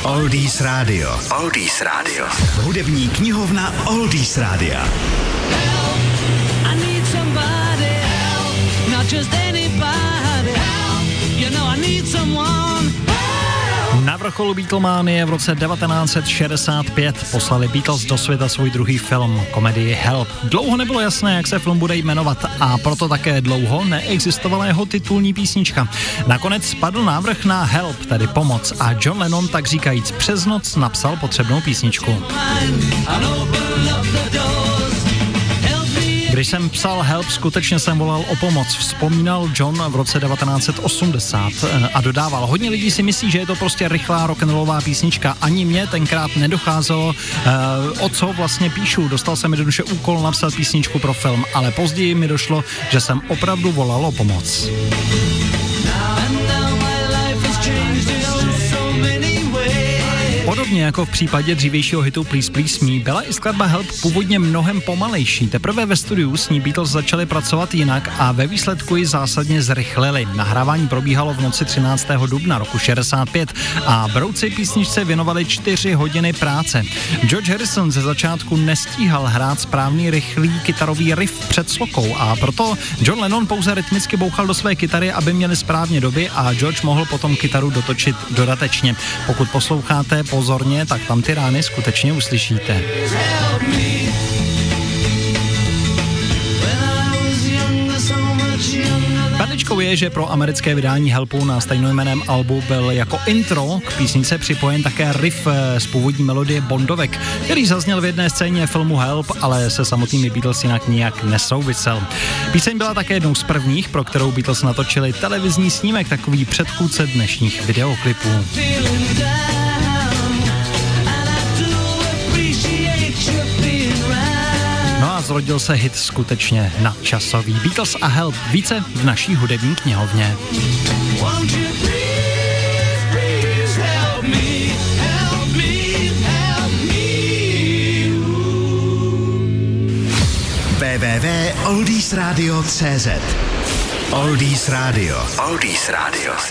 Oldies Radio. Oldies Radio. Hudební knihovna Oldies Rádia. Na vrcholu Beatlemanie v roce 1965 poslali Beatles do světa svůj druhý film, komedii Help. Dlouho nebylo jasné, jak se film bude jmenovat, a proto také dlouho neexistovala jeho titulní písnička. Nakonec spadl návrh na Help, tedy pomoc, a John Lennon tak říkajíc přes noc napsal potřebnou písničku. Když jsem psal Help, skutečně jsem volal o pomoc, vzpomínal John v roce 1980 a dodával: hodně lidí si myslí, že je to prostě rychlá rock'n'rollová písnička. Ani mě tenkrát nedocházelo, o co vlastně píšu. Dostal jsem jednoduše úkol napsat písničku pro film, ale později mi došlo, že jsem opravdu volal o pomoc. Podobně jako v případě dřívějšího hitu Please Please Me, byla i skladba Help původně mnohem pomalejší. Teprve ve studiu s ní Beatles začali pracovat jinak a ve výsledku ji zásadně zrychlili. Nahrávání probíhalo v noci 13. dubna roku 65 a brouci písničce věnovali 4 hodiny práce. George Harrison ze začátku nestíhal hrát správný rychlý kytarový riff před slokou a proto John Lennon pouze rytmicky bouchal do své kytary, aby měli správně doby, a George mohl potom kytaru dotočit dodatečně. Pokud posloucháte pozorně, tak tam ty rány skutečně uslyšíte. Perličkou je, že pro americké vydání Helpu na stejnojmenném albu byl jako intro k písnice připojen také riff z původní melodie Bondovek, který zazněl v jedné scéně filmu Help, ale se samotnými Beatles jinak nijak nesouvisel. Píseň byla také jednou z prvních, pro kterou Beatles natočili televizní snímek, takový předchůdce dnešních videoklipů. No a zrodil se hit skutečně nadčasový. Beatles a Help, více v naší hudební knihovně. www.oldiesradio.cz Oldies Radio. Oldies Radio.